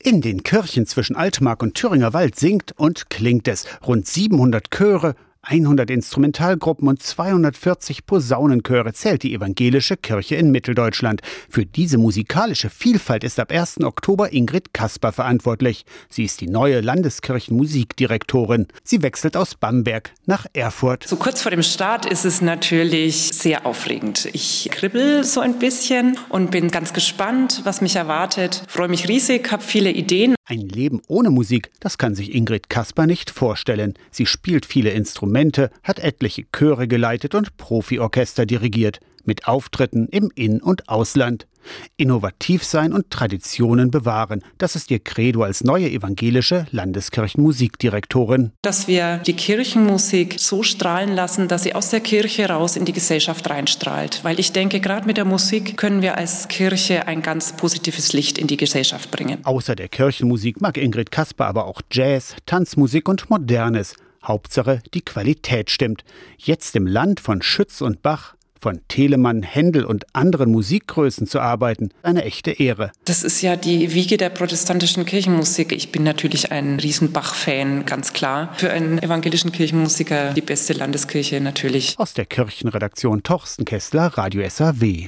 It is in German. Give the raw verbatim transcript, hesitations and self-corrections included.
In den Kirchen zwischen Altmark und Thüringer Wald singt und klingt es. Rund siebenhundert Chöre, hundert Instrumentalgruppen und zweihundertvierzig Posaunenchöre zählt die evangelische Kirche in Mitteldeutschland. Für diese musikalische Vielfalt ist ab ersten Oktober Ingrid Kasper verantwortlich. Sie ist die neue Landeskirchenmusikdirektorin. Sie wechselt aus Bamberg nach Erfurt. So kurz vor dem Start ist es natürlich sehr aufregend. Ich kribbel so ein bisschen und bin ganz gespannt, was mich erwartet. Freue mich riesig, habe viele Ideen. Ein Leben ohne Musik, das kann sich Ingrid Kasper nicht vorstellen. Sie spielt viele Instrumente, hat etliche Chöre geleitet und Profiorchester dirigiert, mit Auftritten im In- und Ausland. Innovativ sein und Traditionen bewahren, das ist ihr Credo als neue evangelische Landeskirchenmusikdirektorin. Dass wir die Kirchenmusik so strahlen lassen, dass sie aus der Kirche raus in die Gesellschaft reinstrahlt. Weil ich denke, gerade mit der Musik können wir als Kirche ein ganz positives Licht in die Gesellschaft bringen. Außer der Kirchenmusik mag Ingrid Kasper aber auch Jazz, Tanzmusik und Modernes. Hauptsache, die Qualität stimmt. Jetzt im Land von Schütz und Bach, von Telemann, Händel und anderen Musikgrößen zu arbeiten, eine echte Ehre. Das ist ja die Wiege der protestantischen Kirchenmusik. Ich bin natürlich ein riesen Bach-Fan, ganz klar. Für einen evangelischen Kirchenmusiker die beste Landeskirche natürlich. Aus der Kirchenredaktion Torsten Kessler, Radio S A W.